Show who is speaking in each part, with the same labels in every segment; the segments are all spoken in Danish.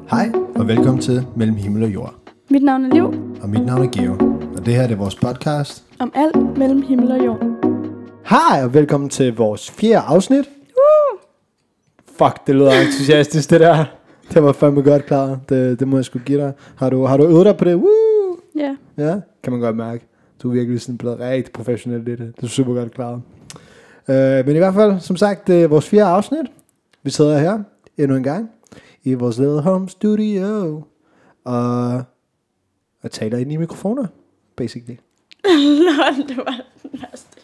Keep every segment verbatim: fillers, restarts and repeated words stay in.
Speaker 1: Hej og velkommen til Mellem Himmel og Jord.
Speaker 2: Mit navn er Liv.
Speaker 1: Og mit navn er Geo. Og det her det er vores podcast
Speaker 2: Om alt mellem himmel og jord.
Speaker 1: Hej og velkommen til vores fjerde afsnit.
Speaker 2: Woo!
Speaker 1: Fuck, det lyder entusiastisk det der. Det var fandme godt klar. Det, det må jeg sgu give dig. Har du, har du øvet dig på det? Woo!
Speaker 2: Ja.
Speaker 1: Ja, kan man godt mærke. Du er virkelig sådan blevet rigtig professionel i det. Det er super godt klar. Uh, men i hvert fald, som sagt, det er vores fjerde afsnit. Vi sidder her endnu en gang i vores lille home studio og, og taler ind i mikrofoner, basically.
Speaker 2: Nå, det var den værste.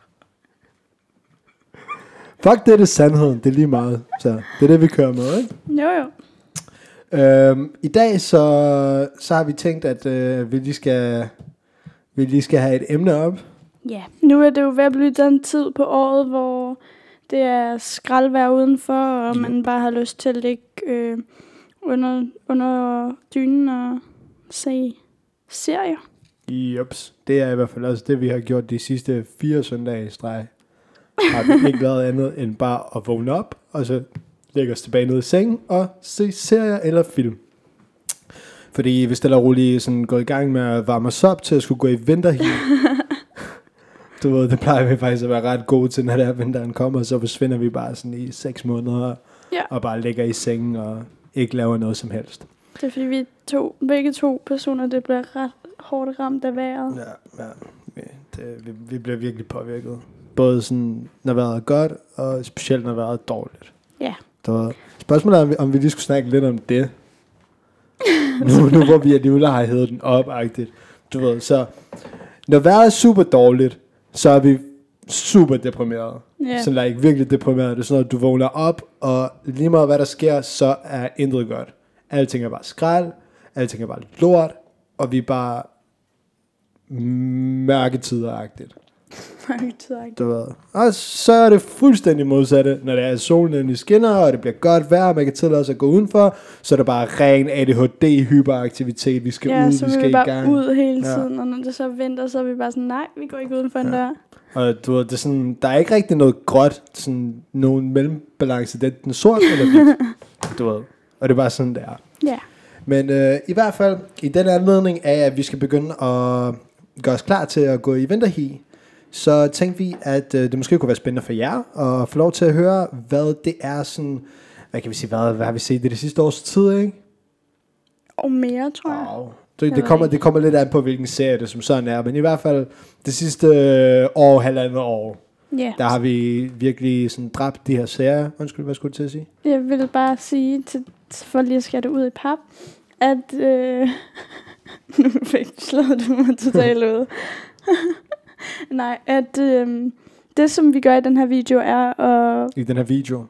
Speaker 1: Fuck, det er det sandheden. Det er lige meget. Så det er det, vi kører med, ikke?
Speaker 2: Jo, jo.
Speaker 1: Øhm, I dag så, så har vi tænkt, at øh, vi, lige skal, vi lige skal have et emne op.
Speaker 2: Ja, nu er det jo ved at blive den tid på året, hvor det er skraldvejr udenfor, og
Speaker 1: Ja.
Speaker 2: man bare har lyst til at ligge øh, under, under dynen og se serier.
Speaker 1: Jups. Det er i hvert fald også det, vi har gjort de sidste fire søndage i streg. Har vi ikke været andet end bare at vågne op, og så lægge os tilbage ned i sengen og se serier eller film. Fordi vi stille og roligt sådan går i gang med at varme os op til at skulle gå i vinterhi. Du ved, det plejer vi faktisk at være ret gode til, når der vinteren kommer, så forsvinder vi bare sådan i seks måneder
Speaker 2: Ja.
Speaker 1: og bare ligger i sengen og ikke laver noget som helst.
Speaker 2: Det er fordi vi to, begge to personer, det bliver ret hårdt ramt af vejret.
Speaker 1: Ja, ja. Vi, det, vi, vi bliver virkelig påvirket. Både sådan, når vejret er godt, og specielt når vejret er dårligt.
Speaker 2: Ja.
Speaker 1: Så spørgsmålet er, om vi, om vi lige skulle snakke lidt om det. nu, nu hvor vi alligevel har hævet den op-agtigt. Du ved, så når vejret er super dårligt, så er vi super deprimeret.
Speaker 2: Ja.
Speaker 1: Så like, virkelig deprimeret. Det er sådan noget, du vågner op, og lige meget hvad der sker, så er intet godt. Alting er bare skrald, alting er bare lort, og vi er bare mørketider-agtigt. Du ved. Og så er det fuldstændig modsatte, når det er solen endelig skinner, og det bliver godt vejr, man kan tillade sig at gå udenfor, så er det bare ren A D H D-hyperaktivitet, vi skal
Speaker 2: Ja,
Speaker 1: ud,
Speaker 2: så
Speaker 1: vi
Speaker 2: vi
Speaker 1: skal
Speaker 2: er
Speaker 1: i
Speaker 2: bare
Speaker 1: gang.
Speaker 2: ud hele
Speaker 1: Ja.
Speaker 2: tiden, og når det så venter, så er vi bare sådan, nej, vi går ikke udenfor en
Speaker 1: Ja.
Speaker 2: dør.
Speaker 1: Og du ved, det er sådan, der er ikke rigtig noget gråt, sådan nogen mellembalance, det er den sort eller hvidt, du ved. Og det er bare sådan, det er.
Speaker 2: Ja.
Speaker 1: Men øh, i hvert fald, i den anledning af, at vi skal begynde at gøre os klar til at gå i vinterhi, så tænkte vi, at øh, det måske kunne være spændende for jer, at få lov til at høre, hvad det er sådan, hvad kan vi sige, hvad, hvad har vi set det, det sidste års tid, ikke?
Speaker 2: Og mere, tror jeg.
Speaker 1: Wow. Det, det, kommer, det kommer lidt an på, hvilken serie det som sådan er, men i hvert fald det sidste øh, år, halvandet år,
Speaker 2: Ja.
Speaker 1: der har vi virkelig sådan dræbt de her serier. Undskyld, hvad skulle du til at sige?
Speaker 2: Jeg vil bare sige, til, for lige at skære det ud i pap, at øh, nu fik du slået du mig totalt ud. Nej, at øh, det, som vi gør i den her video, er at...
Speaker 1: I den her video.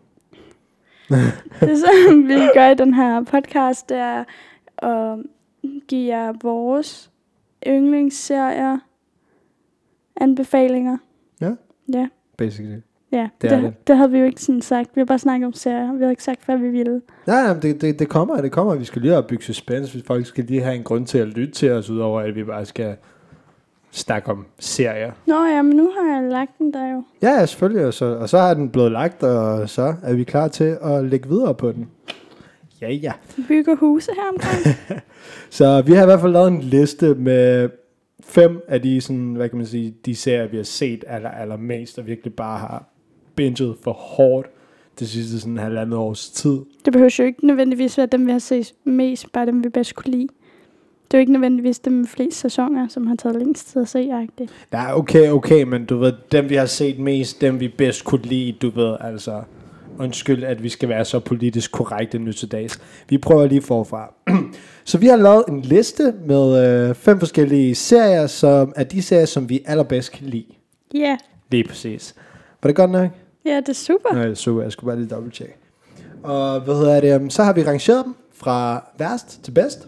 Speaker 2: Det, som vi gør i den her podcast, det er at give jer vores yndlingsserier anbefalinger.
Speaker 1: Ja.
Speaker 2: Ja.
Speaker 1: Basically.
Speaker 2: Ja,
Speaker 1: Det
Speaker 2: det,
Speaker 1: er
Speaker 2: det,
Speaker 1: det.
Speaker 2: det havde vi jo ikke sådan sagt. Vi har bare snakket om serier. Vi har ikke sagt, hvad vi ville.
Speaker 1: Nej, nej, det, det, det kommer, det kommer. Vi skal lige opbygge suspense, hvis folk skal lige have en grund til at lytte til os, udover at vi bare skal snakke om serier.
Speaker 2: Nå ja, men nu har jeg lagt den der jo.
Speaker 1: Ja, ja, selvfølgelig. Og så, og så har den blevet lagt, og så er vi klar til at lægge videre på den. Ja, ja.
Speaker 2: Vi bygger huse her omkring.
Speaker 1: Så vi har i hvert fald lavet en liste med fem af de, sådan, hvad kan man sige, de serier, vi har set aller, allermest, og virkelig bare har binget for hårdt det sidste sådan halvandet års tid.
Speaker 2: Det behøver jo ikke nødvendigvis være dem, vi har set mest, bare dem, vi bedst kunne lide. Det er jo ikke nødvendigvis dem med flest sæsoner, som har taget længst tid at se-agtigt.
Speaker 1: Ja, okay, okay, men du ved, dem vi har set mest, dem vi bedst kunne lide, du ved, altså, undskyld, at vi skal være så politisk korrekte nu til dags. Vi prøver lige forfra. Så vi har lavet en liste med øh, fem forskellige serier, som er de serier, som vi allerbedst kan lide.
Speaker 2: Ja, yeah.
Speaker 1: Lige præcis. Var det godt nok?
Speaker 2: Ja, det er super.
Speaker 1: Nej, det er super. Jeg skulle bare lige dobbelttjekke. Og hvad hedder det? Så har vi rangeret dem fra værst til bedst.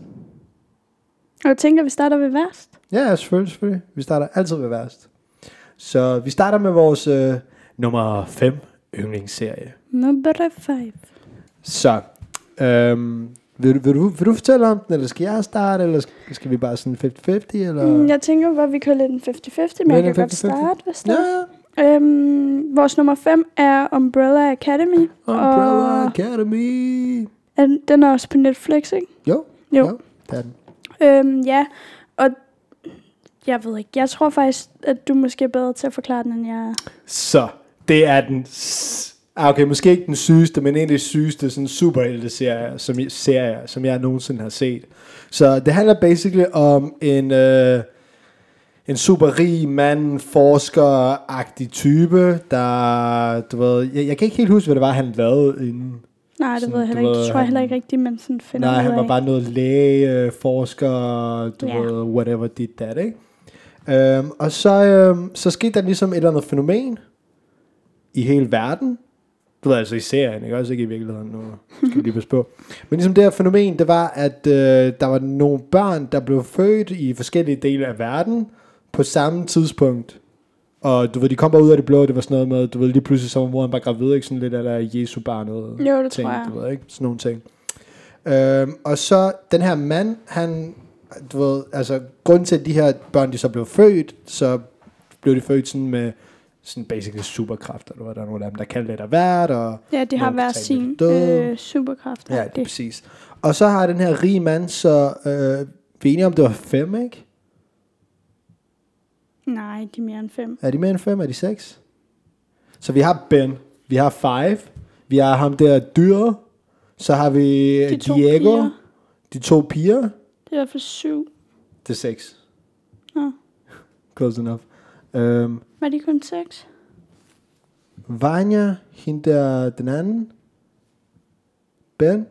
Speaker 2: Og jeg tænker, vi starter ved værst.
Speaker 1: Ja, selvfølgelig, selvfølgelig. Vi starter altid ved værst. Så vi starter med vores øh, nummer fem yndlingsserie.
Speaker 2: Number five.
Speaker 1: Så, øhm, vil, du, vil, du, vil du fortælle om den, eller skal jeg starte, eller skal, skal vi bare sådan halvtreds halvtreds, eller?
Speaker 2: Mm, jeg tænker bare, vi kører lidt en halvtreds halvtreds, men
Speaker 1: Lidt
Speaker 2: jeg
Speaker 1: en
Speaker 2: kan godt
Speaker 1: halvtreds halvtreds.
Speaker 2: starte, hvis det
Speaker 1: Ja,
Speaker 2: er. Øhm, vores nummer fem er Umbrella Academy.
Speaker 1: Umbrella
Speaker 2: og
Speaker 1: Academy.
Speaker 2: Er, den er også på Netflix, ikke?
Speaker 1: Jo,
Speaker 2: Jo.
Speaker 1: jo det er den.
Speaker 2: Øhm, ja, og jeg ved ikke, jeg tror faktisk, at du måske er bedre til at forklare den, end jeg er.
Speaker 1: Så, det er den... S- ah, okay, måske ikke den sygeste, men en af de sygeste sådan superhelte-serier, som, jeg- serier, som jeg nogensinde har set. Så det handler basically om en... Øh, en super rig mand, forsker-agtig type, der, du ved, jeg, jeg kan ikke helt huske, hvad det var, han lavede inden.
Speaker 2: Nej, det
Speaker 1: Sådan,
Speaker 2: ved jeg
Speaker 1: du
Speaker 2: heller ikke.
Speaker 1: ved,
Speaker 2: Det tror jeg heller
Speaker 1: han-
Speaker 2: ikke rigtigt, man sådan finder
Speaker 1: Nej,
Speaker 2: ud
Speaker 1: han var
Speaker 2: af.
Speaker 1: bare noget læge, forsker, du
Speaker 2: Ja.
Speaker 1: ved, whatever dit that, ikke? Øhm, og så, øhm, så skete der ligesom et eller andet fænomen i hele verden. Du ved altså i serien, ikke? Også ikke i virkeligheden, nu skal vi lige passe på. Men ligesom det her fænomen, det var, at øh, der var nogle børn, der blev født i forskellige dele af verden på samme tidspunkt. Og du ved, de kom bare ud af det blå, det var sådan noget med, du ved, lige pludselig så var moren bare gravid, ikke? Sådan lidt af der Jesu barnet.
Speaker 2: Jo, det
Speaker 1: ting,
Speaker 2: tror jeg.
Speaker 1: Du ved, ikke? Sådan nogle ting. Øhm, og så den her mand, han, du ved, altså grunden til, at de her børn, de så blev født, så blev de født sådan med sådan basically superkræfter. Der var der nogle af dem, der kan lidt af hvert, og
Speaker 2: Ja, de har
Speaker 1: nogle
Speaker 2: hver
Speaker 1: kan tale
Speaker 2: sin
Speaker 1: lidt døde.
Speaker 2: øh, superkraft.
Speaker 1: Ja, det er præcis. Og så har den her rige mand, så øh, vi er enige om, det var fem, ikke?
Speaker 2: Nej, de er mere end fem.
Speaker 1: Er de mere end fem? Er de seks? Så vi har Ben, vi har Five, vi har ham der dyr, så har vi
Speaker 2: De to
Speaker 1: Diego,
Speaker 2: piger.
Speaker 1: de to piger,
Speaker 2: Det er i hvert fald syv.
Speaker 1: det er seks.
Speaker 2: Nå.
Speaker 1: Close enough. Um,
Speaker 2: Var de kun seks?
Speaker 1: Vanya, hende der den anden, Ben,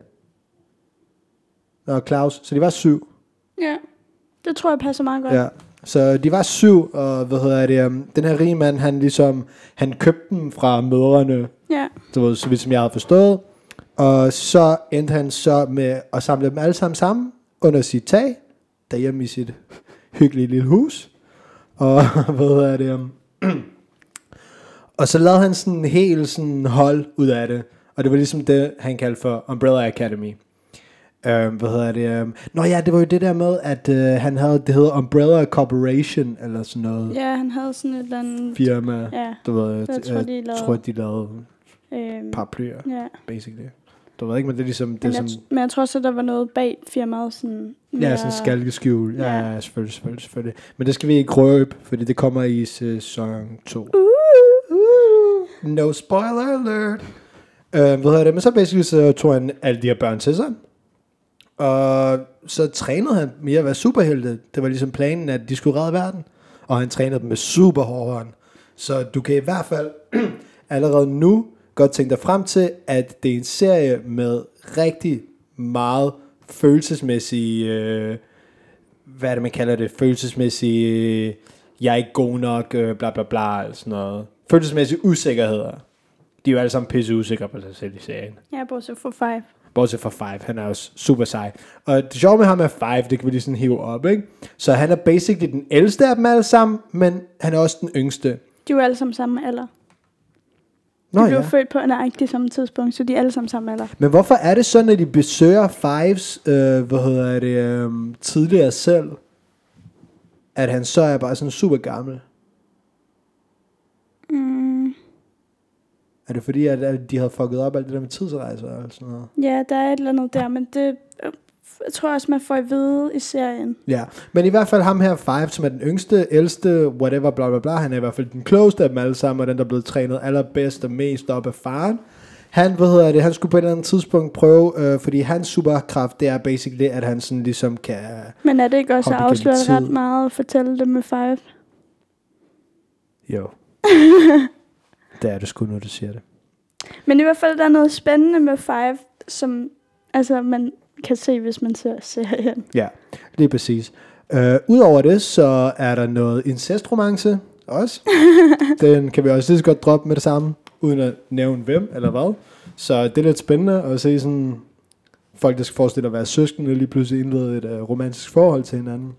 Speaker 1: og Claus, så de var syv.
Speaker 2: Ja. Det tror jeg passer meget godt.
Speaker 1: Ja. Så de var syv, og hvad hedder det, um, den her rige mand, han ligesom, han købte dem fra mødrene,
Speaker 2: Ja.
Speaker 1: det var så vidt som jeg havde forstået, og så endte han så med at samle dem alle sammen sammen under sit tag, derhjemme i sit hyggelige lille hus, og hvad hedder det, um, og så lavede han sådan en hel sådan hold ud af det, og det var ligesom det, han kaldte for Umbrella Academy. Um, hvad hedder det? Um, Nå ja, det var jo det der med, at uh, han havde, det hedder Umbrella Corporation, eller sådan noget
Speaker 2: Ja, han havde sådan et eller andet...
Speaker 1: firma.
Speaker 2: Ja.
Speaker 1: Du ved,
Speaker 2: Jeg tror, de
Speaker 1: jeg
Speaker 2: lavede-
Speaker 1: tror, de lavede
Speaker 2: Øhm,
Speaker 1: paraplyer,
Speaker 2: ja.
Speaker 1: basically. Du ved ikke, men det er ligesom, det
Speaker 2: Men
Speaker 1: er
Speaker 2: jeg,
Speaker 1: sådan,
Speaker 2: men jeg tror også, at der var noget bag firmaet. Sådan
Speaker 1: ja,
Speaker 2: mere-
Speaker 1: sådan skalkeskjul. Ja,
Speaker 2: Ja.
Speaker 1: ja, selvfølgelig, selvfølgelig, selvfølgelig. Men det skal vi ikke røbe, fordi det kommer i sæson to.
Speaker 2: Uh.
Speaker 1: No spoiler alert. Uh, hvad hedder det? Men så basically så tog han alle de her børn til sig. Og så trænede han mere at være superhelte. Det var ligesom planen, at de skulle redde verden. Og han trænede dem med super hård hånd. Så du kan i hvert fald allerede nu godt tænke dig frem til, at det er en serie med rigtig meget følelsesmæssige, øh, hvad er det man kalder det, følelsesmæssige, øh, jeg er ikke god nok, øh, bla bla bla, eller sådan noget. Følelsesmæssige usikkerheder. De er jo alle sammen pisse usikre på sig selv i serien.
Speaker 2: Ja, bortset fra Five.
Speaker 1: Bortset fra Five, han er også super sej. Og det sjove med ham er Five, det kan vi lige sådan hive op, ikke? Så han er basically den ældste af dem alle sammen, men han er også den yngste.
Speaker 2: De er jo alle sammen samme alder. De
Speaker 1: Nå
Speaker 2: blev
Speaker 1: ja.
Speaker 2: født på nøjagtigt samme tidspunkt, så de er alle sammen samme alder.
Speaker 1: Men hvorfor er det sådan, at de besøger Fives, øh, hvad hedder det, øh, tidligere selv, at han så er bare sådan super gammel?
Speaker 2: Mm.
Speaker 1: Er det fordi, at, at de havde fucket op alt det der med tidsrejser og sådan noget?
Speaker 2: Ja, der er et eller andet der, men det øh, jeg tror også, man får at vide i serien.
Speaker 1: Ja, men i hvert fald ham her, Five, som er den yngste, ældste, whatever, bla bla bla, han er i hvert fald den klogeste af dem alle sammen, og den, der er blevet trænet allerbedst og mest op af faren. Han, hvad hedder det, han skulle på et eller andet tidspunkt prøve, øh, fordi hans superkraft, det er basically, at han sådan ligesom kan...
Speaker 2: Men er det ikke også at
Speaker 1: Hoppe igennem
Speaker 2: afsløre ret
Speaker 1: tid.
Speaker 2: meget at fortælle det med Five?
Speaker 1: Jo. Det er det sgu, når du siger det.
Speaker 2: Men i hvert fald, der er noget spændende med Five, som altså, man kan se, hvis man ser serien.
Speaker 1: Ja, lige præcis. Øh, Udover det, så er der noget incestromance også. Den kan vi også lige så godt droppe med det samme, uden at nævne hvem eller hvad. Så det er lidt spændende at se sådan folk, der skal forestille at være søskende, lige pludselig indlede et uh, romantisk forhold til hinanden.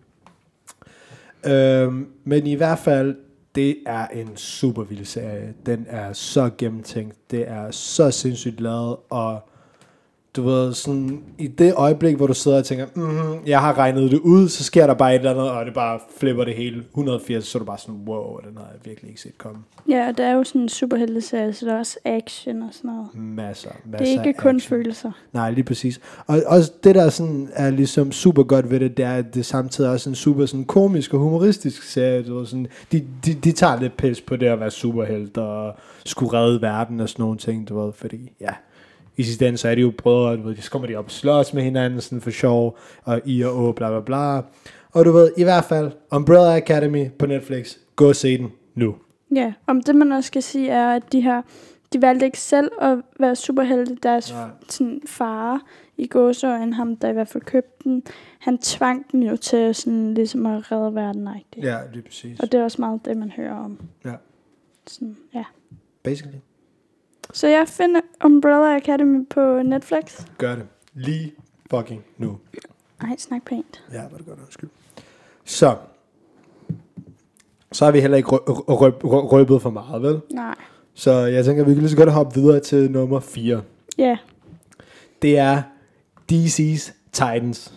Speaker 1: Øh, men i hvert fald, det er en super vild serie. Den er så gennemtænkt. Det er så sindssygt lavet, og du ved, sådan, i det øjeblik, hvor du sidder og tænker, mm, jeg har regnet det ud, så sker der bare et eller andet, og det bare flipper det hele et hundrede og firs, så er du bare sådan, wow, den har jeg virkelig ikke set komme.
Speaker 2: Ja, og der er jo sådan en superhelteserie, så der er også action og sådan noget.
Speaker 1: Masser, masser
Speaker 2: Det er ikke kun
Speaker 1: action.
Speaker 2: følelser.
Speaker 1: Nej, lige præcis. Og også det, der sådan er ligesom super godt ved det, det er, at det samtidig også en super sådan komisk og humoristisk serie. Du ved, sådan, de, de, de tager lidt pis på det at være superhelt og skulle redde verden og sådan nogle ting, du ved, fordi, ja, i sidste ende, så er de jo brødre, du ved, så kommer de op og slås med hinanden, sådan for sjov, og i og å, bla bla bla. Og du ved, i hvert fald, Umbrella Academy på Netflix, gå og se den nu.
Speaker 2: Ja, om det man også skal sige er, at de her, de valgte ikke selv at være superhelte. Deres
Speaker 1: Nej.
Speaker 2: sådan, far i gåseøjen, ham der i hvert fald købte den, han tvang dem jo til sådan, ligesom at redde verden.
Speaker 1: Ja, lige præcis.
Speaker 2: Og det er også meget det, man hører om.
Speaker 1: Ja.
Speaker 2: Sådan, ja.
Speaker 1: Basically.
Speaker 2: Så jeg finder Umbrella Academy på Netflix.
Speaker 1: Gør det. Lige fucking nu.
Speaker 2: Ej, snak pænt.
Speaker 1: Ja, var det godt, undskyld. Så. Så har vi heller ikke rø- rø- rø- røbet for meget, vel?
Speaker 2: Nej.
Speaker 1: Så jeg tænker, at vi kan lige så godt hoppe videre til nummer fire.
Speaker 2: Ja. Yeah.
Speaker 1: Det er D C's Titans.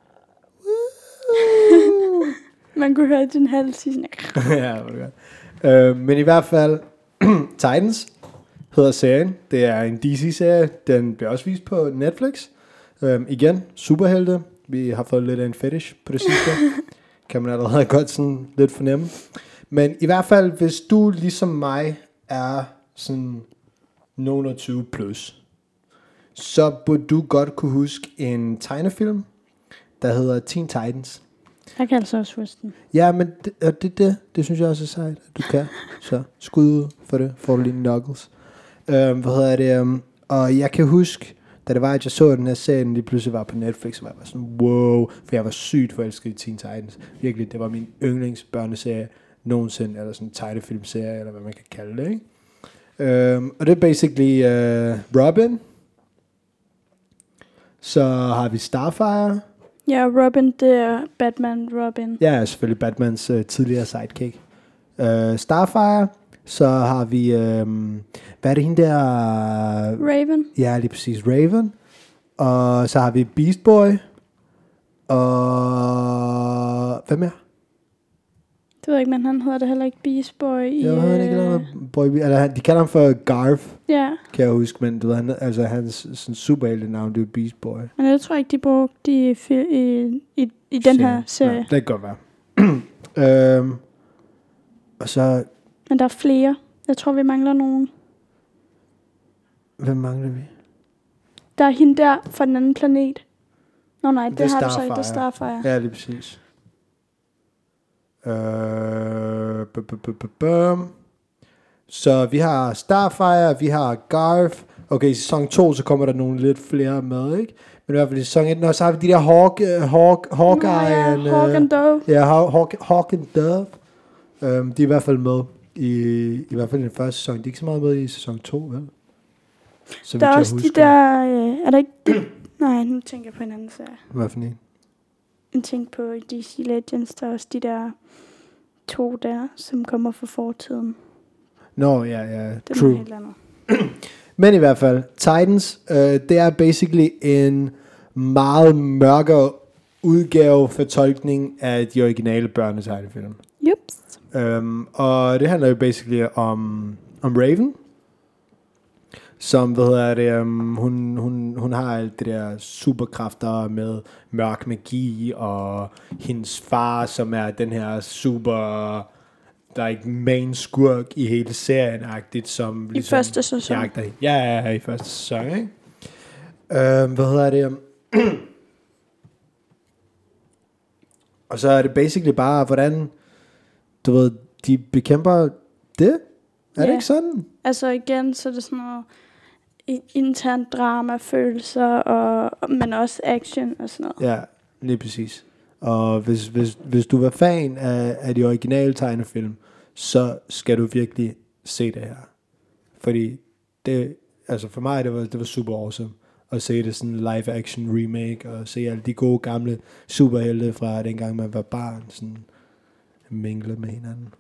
Speaker 2: Man kunne høre din hals sige sådan.
Speaker 1: Ja, det var det godt. Øh, men i hvert fald, Titans hedder serien. Det er en D C-serie. Den bliver også vist på Netflix. Øh, igen, superhelte. Vi har fået lidt af en fetish på det sidste. Kan man allerede godt sådan lidt fornemme. Men i hvert fald, hvis du ligesom mig er sådan nogen og tyve plus, så burde du godt kunne huske en tegnefilm, der hedder Teen Titans.
Speaker 2: Jeg kan altså også huske den.
Speaker 1: Ja, men det, og det, det, det synes jeg også er sejt, at du kan. Så skud ud for det, får du lige knuckles. Øhm, hvad hedder det? Um, og jeg kan huske, da det var, at jeg så den her serie, lige pludselig var på Netflix, så var jeg bare sådan, wow, for jeg var sygt forelsket i Teen Titans. Virkelig, det var min yndlingsbørneserie nogensinde, eller sådan en tegnefilmserie, eller hvad man kan kalde det, ikke? Um, og det er basically uh, Robin. Så har vi Starfire.
Speaker 2: Ja, Robin, det er Batman Robin.
Speaker 1: Ja, selvfølgelig Batmans uh, tidligere sidekick. Uh, Starfire. Så har vi, uh, hvad er det hende der?
Speaker 2: Raven.
Speaker 1: Ja, lige præcis, Raven. Og så har vi Beast Boy. Og hvad mere?
Speaker 2: Det ved jeg ikke, men han hedder det heller ikke Beast Boy i...
Speaker 1: Jeg ved ikke, noget Boy, eller han- de kalder ham for Garf,
Speaker 2: Ja,
Speaker 1: kan jeg huske, men du ved, han, altså hans sådan superhelte navn, det er Beast Boy.
Speaker 2: men jeg tror ikke, de brugte i, fi- i, i, i den her serie.
Speaker 1: Ja, det kan godt være. øhm, og så,
Speaker 2: Men der er flere. Jeg tror, vi mangler nogen.
Speaker 1: hvem mangler vi?
Speaker 2: Der er hende der fra den anden planet. Nå nej, det,
Speaker 1: Det er
Speaker 2: har du så ikke. Det er
Speaker 1: Starfire.
Speaker 2: Starfire.
Speaker 1: Ja, lige præcis. Øh, bu- bu- bu- bu- bum. Så vi har Starfire, vi har Garf. Okay, i sæson to, så kommer der nogle lidt flere med, ikke? Men i hvert fald i sæson et, nå, så har vi de der Hawk, uh, Hawk, Hawkeye.
Speaker 2: Nå ja,
Speaker 1: and, uh,
Speaker 2: Hawk and Dove.
Speaker 1: Ja, Haw- Hawk, Hawk and Dove. Um, de er i hvert fald med i, i hvert fald i den første sæson. De er ikke så meget med i sæson to, vel? Så
Speaker 2: Der er
Speaker 1: vidt jeg
Speaker 2: også de
Speaker 1: husker.
Speaker 2: der... Øh, er der ikke... De, nej, nu tænker jeg på en anden serie.
Speaker 1: Hvad for en?
Speaker 2: Jeg tænker på D C Legends. Der er også de der to der, som kommer fra fortiden.
Speaker 1: Nå, ja, ja,
Speaker 2: Det er
Speaker 1: true.
Speaker 2: noget helt andet.
Speaker 1: Men i hvert fald, Titans, øh, det er basically en meget mørkere udgave fortolkning af de originale børnetegnefilm.
Speaker 2: Jups.
Speaker 1: Um, og det handler jo basically om, om Raven, som, hvad hedder det, um, hun, hun, hun har alt det der superkræfter med mørk magi, og hendes far, som er den her super, like, main skurk i hele serien-agtigt, som
Speaker 2: I
Speaker 1: ligesom
Speaker 2: første sæson.
Speaker 1: jagter hende. Ja, ja, ja, i første sæson, ikke? Um, hvad hedder det? Og så er det basically bare, hvordan, du ved, de bekæmper det? Er
Speaker 2: Ja.
Speaker 1: det ikke sådan?
Speaker 2: Altså igen, så er det sådan noget i- intern drama, følelser, og, men også action og sådan noget.
Speaker 1: Ja, lige præcis. Og hvis, hvis, hvis du var fan af, af de originale tegnefilm, så skal du virkelig se det her. Fordi det, altså for mig, det var, det var super awesome at se det sådan live action remake, og se alle de gode gamle superhelte fra dengang man var barn, sådan mingle med hinanden.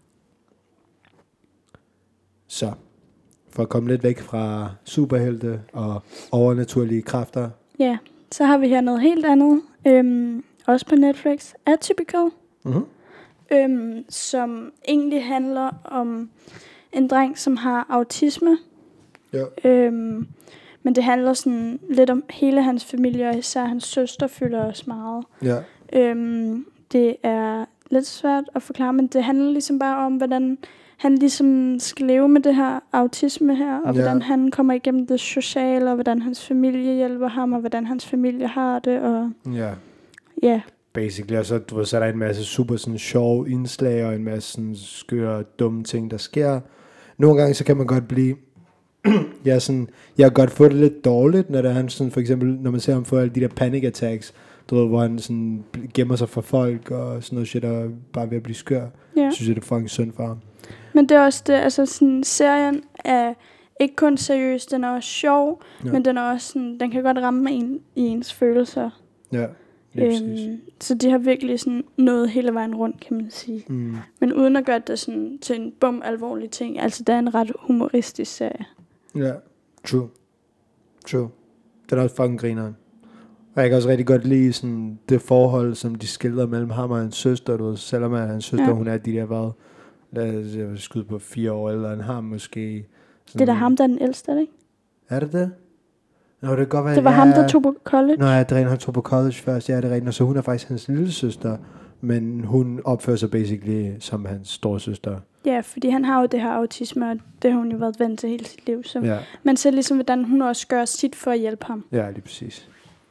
Speaker 1: Så, for at komme lidt væk fra superhelte og overnaturlige kræfter,
Speaker 2: Ja, så har vi her noget helt andet. Øhm, også på Netflix. Atypical.
Speaker 1: Mm-hmm.
Speaker 2: Øhm, som egentlig handler om en dreng, som har autisme.
Speaker 1: Ja.
Speaker 2: Øhm, men det handler sådan lidt om hele hans familie, og især hans søster fylder også meget.
Speaker 1: Ja.
Speaker 2: Øhm, det er lidt svært at forklare, men det handler ligesom bare om, hvordan han ligesom skal leve med det her autisme her, og
Speaker 1: Ja.
Speaker 2: hvordan han kommer igennem det sociale, og hvordan hans familie hjælper ham, og hvordan hans familie har det, og
Speaker 1: Ja.
Speaker 2: ja.
Speaker 1: Basically, og så, du ved, så er der en masse super sådan sjove indslag, og en masse sådan skøre, dumme ting, der sker. Nogle gange, så kan man godt blive, ja, sådan, jeg kan godt få det lidt dårligt, når der er han sådan, for eksempel, når man ser ham få alle de der panic attacks, du ved, hvor han sådan gemmer sig for folk, og sådan noget shit, og bare ved at blive skør.
Speaker 2: Ja.
Speaker 1: Synes jeg, det er fucking synd for ham.
Speaker 2: Men det er også det, altså sådan, serien er ikke kun seriøs, den er også sjov,
Speaker 1: Ja.
Speaker 2: men den er også sådan, den kan godt ramme en i ens følelser.
Speaker 1: Ja, lige præcis.
Speaker 2: Øhm, så de har virkelig sådan nået hele vejen rundt, kan man sige.
Speaker 1: Mm.
Speaker 2: Men uden at gøre det sådan til en bum alvorlig ting. Altså, det er en ret humoristisk serie.
Speaker 1: Ja, true. True. Den er også fucking grineren. Og jeg kan også rigtig godt lide sådan det forhold, som de skildrer mellem ham og hans søster. Du ved, selvom at hans søster,
Speaker 2: Ja.
Speaker 1: hun er de der, hvad, lad os jeg vil skyde på fire år, eller en ham måske. Sådan,
Speaker 2: Det er da ham, der er den ældste, er det ikke?
Speaker 1: Er det det? Nå, det kan godt være,
Speaker 2: Det var
Speaker 1: ja,
Speaker 2: ham, der tog på college.
Speaker 1: Nå ja, det er rent, han tog på college først. Ja, det er rent. Og så hun er faktisk hans lille søster, men hun opfører sig basically som hans storesøster.
Speaker 2: Ja, fordi han har jo det her autisme, og det har hun jo været vant til hele sit liv. Så
Speaker 1: Ja,
Speaker 2: man ser ligesom, hvordan hun også gør sit for at hjælpe ham.
Speaker 1: ja, lige præcis.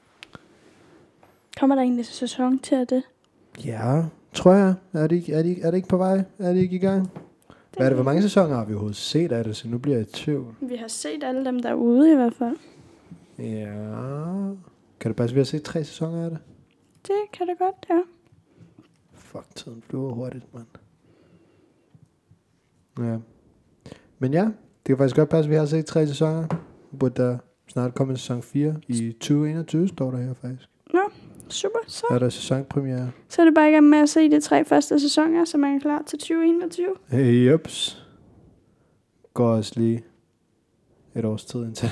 Speaker 2: Kommer der egentlig en sæson til af det?
Speaker 1: Ja, tror jeg. Er det, ikke, er, det, ikke- er det ikke på vej? Er det ikke i gang? Hvad er det, hvor mange sæsoner har vi overhovedet set af det, så nu bliver jeg i tvivl.
Speaker 2: Vi har set alle dem derude i hvert fald.
Speaker 1: Ja. Kan det passe, vi har set tre sæsoner af det?
Speaker 2: Det kan det godt, ja.
Speaker 1: Fuck, tiden flyver hurtigt, mand. Ja. Men ja, det kan faktisk godt passe, at vi har set tre sæsoner. Burde der snart komme en sæson fire i tyve enogtyve, står der her faktisk.
Speaker 2: Nå, super. Så,
Speaker 1: Er der sæsonpremiere?
Speaker 2: så er det bare i gang med at se de tre første sæsoner, så man er klar til tyve enogtyve.
Speaker 1: Hey, jups. Går også lige et års tid indtil.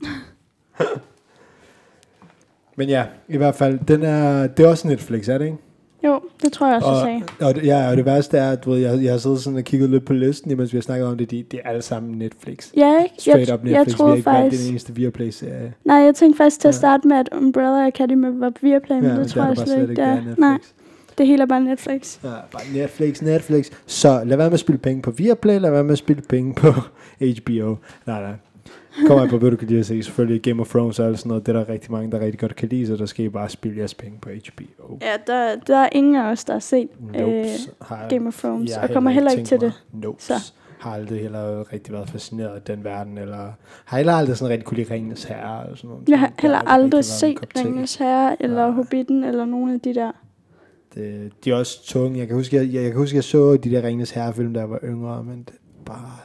Speaker 1: Men ja, i hvert fald, den er, det er også Netflix, er det ikke?
Speaker 2: Jo, det tror jeg også, jeg sagde.
Speaker 1: Og, og, det- ja, og det værste er, at du ved, jeg, jeg har siddet sådan og kigget lidt på listen, imens vi har snakket om det, de, det er alle sammen Netflix.
Speaker 2: Ja, ikke?
Speaker 1: Straight
Speaker 2: Jeg,
Speaker 1: up
Speaker 2: jeg
Speaker 1: Netflix, vi har
Speaker 2: troede
Speaker 1: ikke valgt
Speaker 2: faktisk...
Speaker 1: den eneste Viaplay-serie.
Speaker 2: Nej, jeg tænkte faktisk til at
Speaker 1: Ja.
Speaker 2: starte med, at Umbrella Academy var på Viaplay, men
Speaker 1: Ja,
Speaker 2: det tror
Speaker 1: er
Speaker 2: jeg
Speaker 1: der
Speaker 2: slet
Speaker 1: bare
Speaker 2: ikke, det er.
Speaker 1: Netflix.
Speaker 2: Nej, det hele er bare Netflix.
Speaker 1: Ja, bare Netflix, Netflix. Så lad være med at spille penge på Viaplay, lad være med at spille penge på H B O. Nej, nej. Kom an på, hvad du kan lide at se. Selvfølgelig Game of Thrones og alt sådan noget. Det er der rigtig mange, der rigtig godt kan lide, så der skal I bare spille jeres penge på H B O.
Speaker 2: Ja, der, der er ingen af os, der har set
Speaker 1: Nope.
Speaker 2: øh,
Speaker 1: Har-
Speaker 2: Game of Thrones,
Speaker 1: jeg
Speaker 2: og
Speaker 1: har
Speaker 2: kommer heller ikke
Speaker 1: tænkt
Speaker 2: til
Speaker 1: mig.
Speaker 2: det.
Speaker 1: Nope.
Speaker 2: Så.
Speaker 1: Har aldrig heller rigtig været fascineret af den verden, eller har heller aldrig sådan rigtig kunne lide Ringenes Herre, eller sådan noget.
Speaker 2: Jeg har
Speaker 1: Det
Speaker 2: heller
Speaker 1: aldrig rigtig
Speaker 2: aldrig
Speaker 1: været min
Speaker 2: set
Speaker 1: kop te.
Speaker 2: Ringenes Herre, eller
Speaker 1: Nej.
Speaker 2: Hobbiten, eller nogen af de der.
Speaker 1: Det, de er også tunge. Jeg kan huske, jeg, jeg, jeg kan huske, jeg så de der Ringenes Herre-film, da jeg var yngre, men det er bare...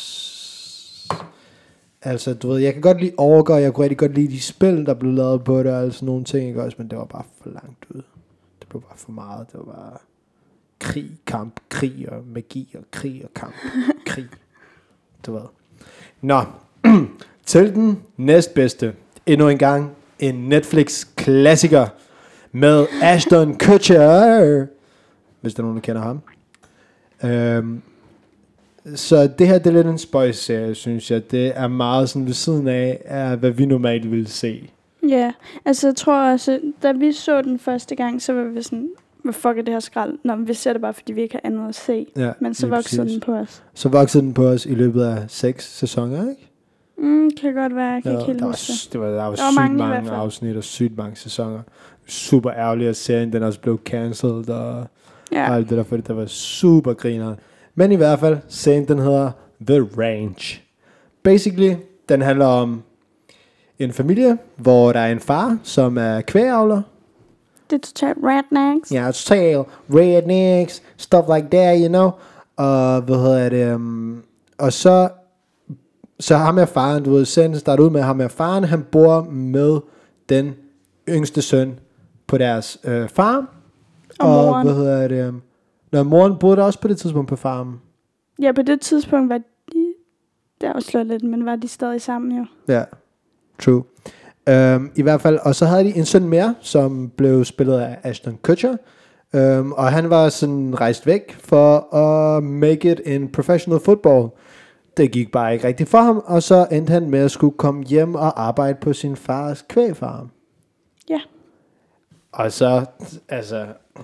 Speaker 1: s- Altså, du ved, jeg kan godt lide Orker, jeg kunne rigtig godt lide de spil, der blev lavet på det, og altså nogle ting, ikke også, men det var bare for langt ud. Det blev bare for meget. Det var bare krig, kamp, krig og magi og krig og kamp, krig. Du ved. Nå, til den næstbedste. Endnu en gang en Netflix-klassiker med Ashton Kutcher, hvis der er nogen, der kender ham. Øhm, så det her, det er lidt en spøjs-serie, synes jeg. Det er meget sådan ved siden af, af hvad vi normalt ville se.
Speaker 2: Ja, altså jeg tror også, da vi så den første gang, så var vi sådan, hvad fuck er det her skrald? Nå, men vi ser det bare, fordi vi ikke har andet at se.
Speaker 1: Ja,
Speaker 2: Men så
Speaker 1: lige
Speaker 2: voksede
Speaker 1: præcis.
Speaker 2: den på os.
Speaker 1: Så voksede den på os i løbet af seks sæsoner, ikke?
Speaker 2: Mm, kan godt være, jeg kan
Speaker 1: Ja,
Speaker 2: ikke helt
Speaker 1: der, var,
Speaker 2: huske det.
Speaker 1: s- det var, der var,
Speaker 2: Der var
Speaker 1: sygt
Speaker 2: mange i
Speaker 1: mange,
Speaker 2: hvert fald.
Speaker 1: afsnit og sygt mange sæsoner. Super ærgerligt, at serien den også blev cancelled og,
Speaker 2: Ja.
Speaker 1: og alt det der, fordi det var super griner. Men i hvert fald, serien den hedder The Range. Basically, den handler om en familie, hvor der er en far, som er kvægavler.
Speaker 2: Det er totalt rednecks.
Speaker 1: Ja, totalt rednecks, stuff like that, you know. Og hvad hedder det? Um, og så så ham er faren, du ved, serien starter ud med ham er faren, han bor med den yngste søn på deres øh, farm.
Speaker 2: Og
Speaker 1: og
Speaker 2: moren.
Speaker 1: hvad hedder det? Um, når moren boede der også på det tidspunkt på farmen.
Speaker 2: Ja, på det tidspunkt var de, det er jo slået lidt, men var de stadig sammen jo.
Speaker 1: Ja, true. Um, I hvert fald, og så havde de en søn mere, som blev spillet af Ashton Kutcher. Um, og han var sådan rejst væk for at make it in professional football. Det gik bare ikke rigtigt for ham, og så endte han med at skulle komme hjem og arbejde på sin fars kvægfarm.
Speaker 2: Ja.
Speaker 1: Og så, altså,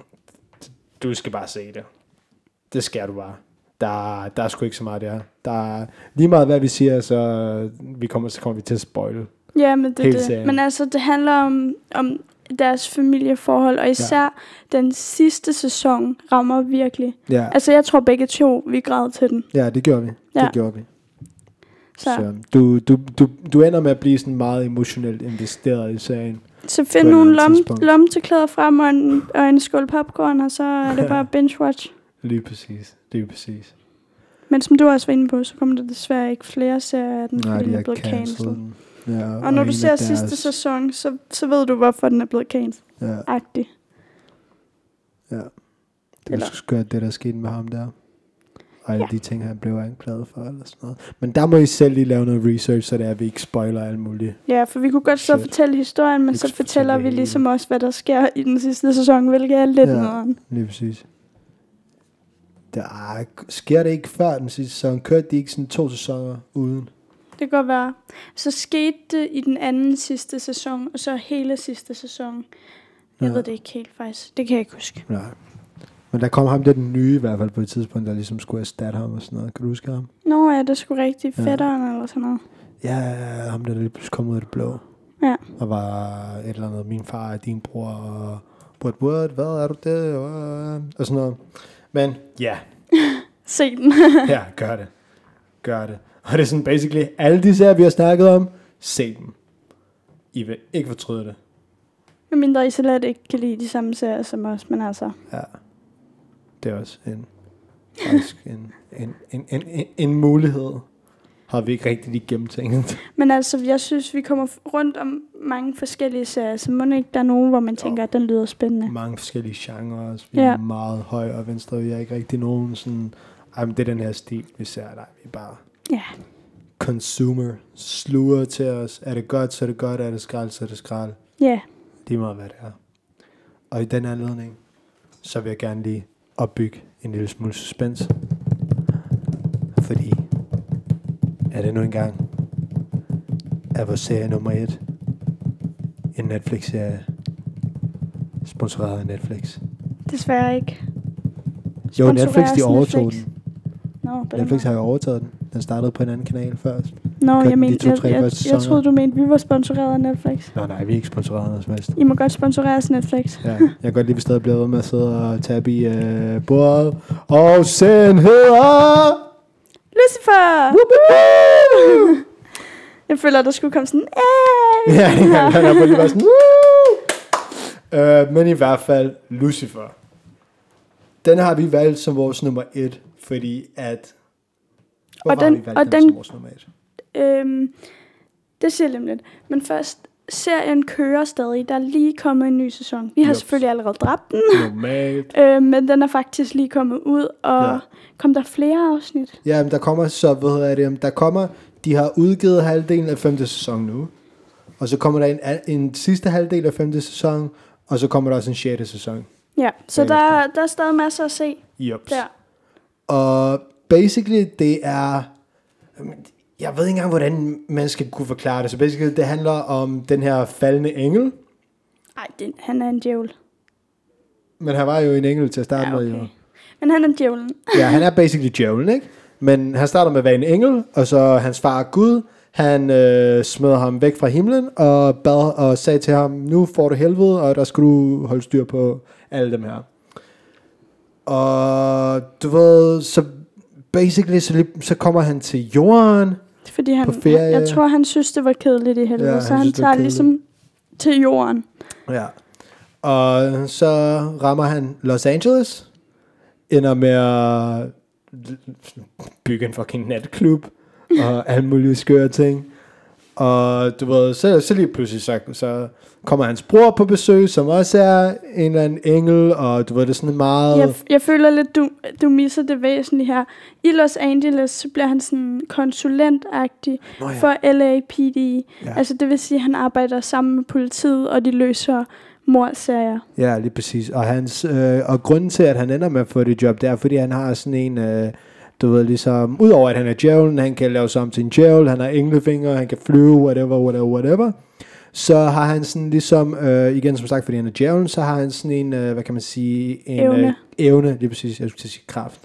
Speaker 1: du skal bare se det. Det skal du bare. Der, der er sgu ikke så meget der. Der er lige meget, hvad vi siger, så vi kommer, så kommer vi til at spoile.
Speaker 2: Ja, men det er
Speaker 1: Helt
Speaker 2: det.
Speaker 1: serien.
Speaker 2: Men altså, det handler om, om deres familieforhold, og især ja. den sidste sæson rammer virkelig.
Speaker 1: Ja.
Speaker 2: Altså, jeg tror begge to, vi græd til den.
Speaker 1: Ja, det gjorde vi.
Speaker 2: Ja.
Speaker 1: Det gjorde vi.
Speaker 2: Så,
Speaker 1: Så du, du, du, du ender med at blive sådan meget emotionelt investeret i serien.
Speaker 2: så
Speaker 1: på
Speaker 2: find
Speaker 1: et
Speaker 2: nogle
Speaker 1: eller andet
Speaker 2: lom,
Speaker 1: tidspunkt.
Speaker 2: lomteklæder frem og en, og en skål popcorn, og så er det bare binge-watch.
Speaker 1: Lige præcis. Lige præcis.
Speaker 2: Men som du også var inde på, så kommer der desværre ikke flere serier af den,
Speaker 1: Nej,
Speaker 2: fordi
Speaker 1: de
Speaker 2: den
Speaker 1: er
Speaker 2: er blevet cancelled.
Speaker 1: cancelled. Ja,
Speaker 2: Og når
Speaker 1: en
Speaker 2: du
Speaker 1: af
Speaker 2: ser
Speaker 1: deres-
Speaker 2: sidste sæson, så, så ved du, hvorfor den er blevet cancelled.
Speaker 1: Ja,
Speaker 2: Agtig.
Speaker 1: ja. Det
Speaker 2: Eller-
Speaker 1: var sgu godt, det der skete med ham der. Og alle
Speaker 2: Ja.
Speaker 1: de ting, han blev anklaget for, eller sådan noget. Men der må I selv lige lave noget research, så det er, at vi ikke spoiler alt muligt.
Speaker 2: Ja, for vi kunne godt så
Speaker 1: Shit.
Speaker 2: fortælle historien, men
Speaker 1: Vi
Speaker 2: så
Speaker 1: kunne
Speaker 2: fortæller
Speaker 1: fortælle
Speaker 2: vi
Speaker 1: det
Speaker 2: ligesom
Speaker 1: hele.
Speaker 2: også, hvad der sker i den sidste sæson, hvilket er lidt
Speaker 1: Ja.
Speaker 2: nederen.
Speaker 1: Lige præcis. Der sker det ikke før den sidste sæson. Kørte de ikke sådan to sæsoner uden?
Speaker 2: Det kan godt være. Så skete det i den anden sidste sæson, og så hele sidste sæson. Jeg
Speaker 1: Ja.
Speaker 2: ved det ikke helt faktisk. Det kan jeg ikke huske.
Speaker 1: Nej. Men der kom ham der den nye i hvert fald på et tidspunkt, der ligesom skulle erstatte ham og sådan noget. Kan du huske ham?
Speaker 2: Nå ja, det skulle rigtig
Speaker 1: Ja.
Speaker 2: fætteren eller sådan noget.
Speaker 1: Ja, ham der, der lige pludselig kom ud af det blå.
Speaker 2: Ja.
Speaker 1: Og var et eller andet, min far er din bror, og what, what, hvad er du det? Og sådan noget. Men ja,
Speaker 2: Se den.
Speaker 1: ja, gør det. Gør det. Og det er sådan basically, alle de serier, vi har snakket om, se dem. I vil ikke fortryde det.
Speaker 2: Med mindre I slet ikke kan lide de samme serier som os, men altså.
Speaker 1: Ja. Det er også en, faktisk en, en, en, en, en, en mulighed. Har vi ikke rigtig lige gennemtænkt.
Speaker 2: Men altså, jeg synes, vi kommer rundt om mange forskellige serier, så må ikke der er nogen, hvor man tænker, at den lyder spændende.
Speaker 1: Mange forskellige genrer også. Vi
Speaker 2: Ja.
Speaker 1: er meget højre og venstre. Vi er ikke rigtig nogen sådan, ej, men det er den her stil, vi ser. Nej, vi er bare
Speaker 2: Ja.
Speaker 1: consumer. Sluger til os. Er det godt, så er det godt. Er det skrald, så er det skrald.
Speaker 2: Ja.
Speaker 1: Det er meget, hvad det er. Og i den anledning, så vil jeg gerne lige opbygge en lille smule suspense. Fordi, er det nu engang, er vores serie nummer et en Netflix-serie, sponsoreret af Netflix.
Speaker 2: Desværre ikke.
Speaker 1: Jo, Netflix, de
Speaker 2: Sponsoreres
Speaker 1: overtog
Speaker 2: Netflix.
Speaker 1: den.
Speaker 2: Nå, på den
Speaker 1: Netflix
Speaker 2: måde.
Speaker 1: har jo overtaget den. Den startede på en anden kanal først.
Speaker 2: Nå,
Speaker 1: kørte
Speaker 2: jeg,
Speaker 1: de
Speaker 2: men,
Speaker 1: to,
Speaker 2: jeg,
Speaker 1: tre
Speaker 2: jeg,
Speaker 1: første
Speaker 2: jeg
Speaker 1: sæsoner.
Speaker 2: troede, du mente, vi var sponsoreret af Netflix.
Speaker 1: Nå nej, vi er ikke sponsoreret noget som helst.
Speaker 2: I må godt sponsoreres Netflix.
Speaker 1: Ja, jeg kan godt lige stadig blive ved med at sidde og tabe i øh, bordet. Og serien hedder...
Speaker 2: Lucifer! Jeg føler, der skulle komme sådan...
Speaker 1: Ja, ja, han er på lige bare sådan... Uh, men i hvert fald Lucifer. Den har vi valgt som vores nummer et, fordi at... Hvorfor
Speaker 2: Og den-
Speaker 1: har vi valgt
Speaker 2: og
Speaker 1: den,
Speaker 2: den-
Speaker 1: som vores nummer et?
Speaker 2: Øhm, det siger jeg lige om lidt. Men først, serien kører stadig. Der er lige kommet en ny sæson. Vi har
Speaker 1: Jeps.
Speaker 2: selvfølgelig allerede dræbt den.
Speaker 1: Normalt.
Speaker 2: Øh, men den er faktisk lige kommet ud, og
Speaker 1: Ja.
Speaker 2: ja. kom der flere afsnit?
Speaker 1: Ja, men der kommer så, hvad hedder det, der kommer, de har udgivet halvdelen af femte sæson nu, og så kommer der en, en sidste halvdel af femte sæson, og så kommer der også en sjette sæson.
Speaker 2: Ja, så
Speaker 1: Bagefter.
Speaker 2: der, der er stadig masser at se
Speaker 1: Jups.
Speaker 2: der.
Speaker 1: Og basically, det er, jeg ved ikke engang, hvordan man skal kunne forklare det, så basically, det handler om den her faldende engel,
Speaker 2: Ej, den, han er en djævel.
Speaker 1: men han var jo en engel til at starte
Speaker 2: Ja,
Speaker 1: med, jo.
Speaker 2: okay. Men han er djævlen.
Speaker 1: Ja, han er basically djævlen, ikke? Men han starter med at være en engel, og så hans far Gud, han øh, smed ham væk fra himlen, og bad og sagde til ham, nu får du helvede, og der skal du holde styr på alle dem her. Og du ved, så basically, så, lige, så kommer han til jorden.
Speaker 2: Fordi han,
Speaker 1: På ferie.
Speaker 2: jeg tror, han synes, det var kedeligt i helvede,
Speaker 1: Ja,
Speaker 2: ja,
Speaker 1: han
Speaker 2: så han
Speaker 1: synes, det var
Speaker 2: tager
Speaker 1: kedeligt.
Speaker 2: ligesom til jorden.
Speaker 1: Ja. Og så rammer han Los Angeles, ender med at bygge en fucking natklub, og alle mulige skøre ting. Og du ved, så, så lige pludselig så, så kommer hans bror på besøg, som også er en eller anden engel, og du ved, det er sådan meget...
Speaker 2: Jeg, jeg føler lidt, du, du misser det væsentlige her. I Los Angeles, så bliver han sådan konsulentagtig
Speaker 1: Nå, ja.
Speaker 2: for L A P D.
Speaker 1: Ja.
Speaker 2: Altså det vil sige, at han arbejder sammen med politiet, og de løser mordserier.
Speaker 1: Ja, lige præcis. Og, hans, øh, og grunden til, at han ender med at få det job, det er, fordi han har sådan en... Øh, du ved, ligesom... Udover at han er djævlen, han kan lave sig om til en djævel, han har englefinger, han kan flyve, whatever, whatever, whatever. Så har han sådan ligesom... Øh, igen, som sagt, fordi han er djævlen, så har han sådan en... Øh, hvad kan man sige? En
Speaker 2: Evne.
Speaker 1: Øh, evne, lige præcis. Jeg skulle til at sige kraft.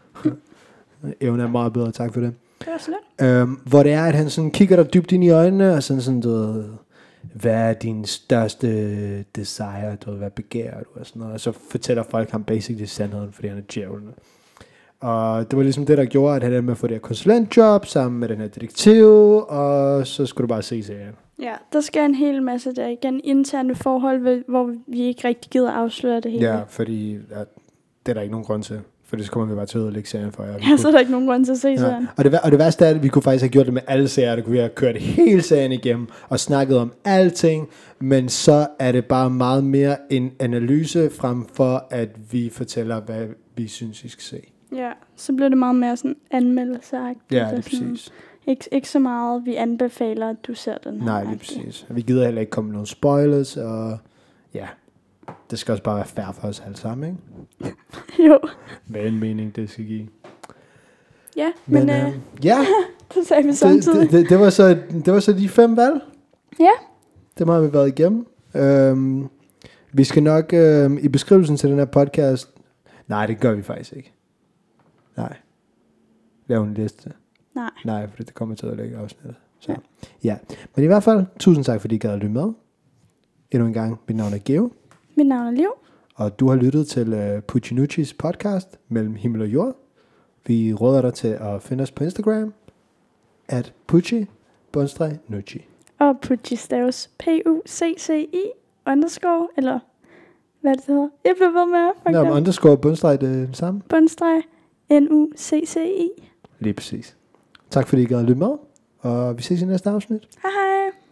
Speaker 1: Evne er meget bedre, tak for det.
Speaker 2: Det var slet.
Speaker 1: Øhm, hvor det er, at han sådan kigger dig dybt ind i øjnene, og sådan sådan, du ved, hvad er din største desire, du ved, hvad begærer du, og sådan noget. Og så fortæller folk ham basically sandheden, fordi han er djævlen. Og det var ligesom det, der gjorde, at han endte med at få det her konsulentjob sammen med den her detektiv, og så skulle du bare se serien.
Speaker 2: Ja, der sker en hel masse der igen. Interne forhold, hvor vi ikke rigtig gider afsløre det hele.
Speaker 1: Ja, fordi ja, det er der ikke nogen grund til. For det så kommer vi bare til at ødelægge serien for jer.
Speaker 2: Ja, så er der ikke nogen grund til at se
Speaker 1: Ja.
Speaker 2: serien.
Speaker 1: Og, det, og det værste er, at vi kunne faktisk have gjort det med alle serier. Det kunne vi have kørt hele serien igennem og snakket om alting. Men så er det bare meget mere en analyse frem for, at vi fortæller, hvad vi synes, I skal se.
Speaker 2: Ja, så bliver det meget mere sådan anmeldelseagtigt.
Speaker 1: Ja,
Speaker 2: og
Speaker 1: det er
Speaker 2: sådan.
Speaker 1: præcis.
Speaker 2: Ikke, ikke så meget, vi anbefaler, at du ser den her.
Speaker 1: Nej, det er
Speaker 2: agtigt.
Speaker 1: præcis. Vi gider heller ikke komme med nogle spoilers, og ja, det skal også bare være fair for os alle sammen, ikke?
Speaker 2: Jo,
Speaker 1: Hvad en mening det skal give.
Speaker 2: ja, men,
Speaker 1: Men
Speaker 2: men
Speaker 1: øh,
Speaker 2: øh,
Speaker 1: ja,
Speaker 2: det sagde vi
Speaker 1: det,
Speaker 2: samtidig.
Speaker 1: det, det, det, var så, det var så de fem valg.
Speaker 2: Ja.
Speaker 1: Det har vi været igennem. Øhm, vi skal nok øhm, i beskrivelsen til den her podcast... Nej, det gør vi faktisk ikke. Nej. Lav en liste.
Speaker 2: Nej.
Speaker 1: Nej, for det kommer til at lægge afsnittet. Så. Ja. ja. Men i hvert fald, tusind tak, fordi I gad at lytte med. Endnu en gang, mit navn er Geo.
Speaker 2: Mit navn er Liv.
Speaker 3: Og du har lyttet til uh, Puccinuccis podcast Mellem Himmel og Jord. Vi råder dig til at finde os på Instagram at Pucci bundstreg Nucci.
Speaker 2: Og Pucci staves P U C C I underscore, eller hvad det hedder. Jeg bliver ved med
Speaker 1: Nå,
Speaker 2: at
Speaker 1: men underscore bundstreg det er det samme.
Speaker 2: bundstreg N U C C I.
Speaker 3: Lige præcis. Tak fordi I gad at lytte med, og vi ses i næste afsnit.
Speaker 2: Hej hej.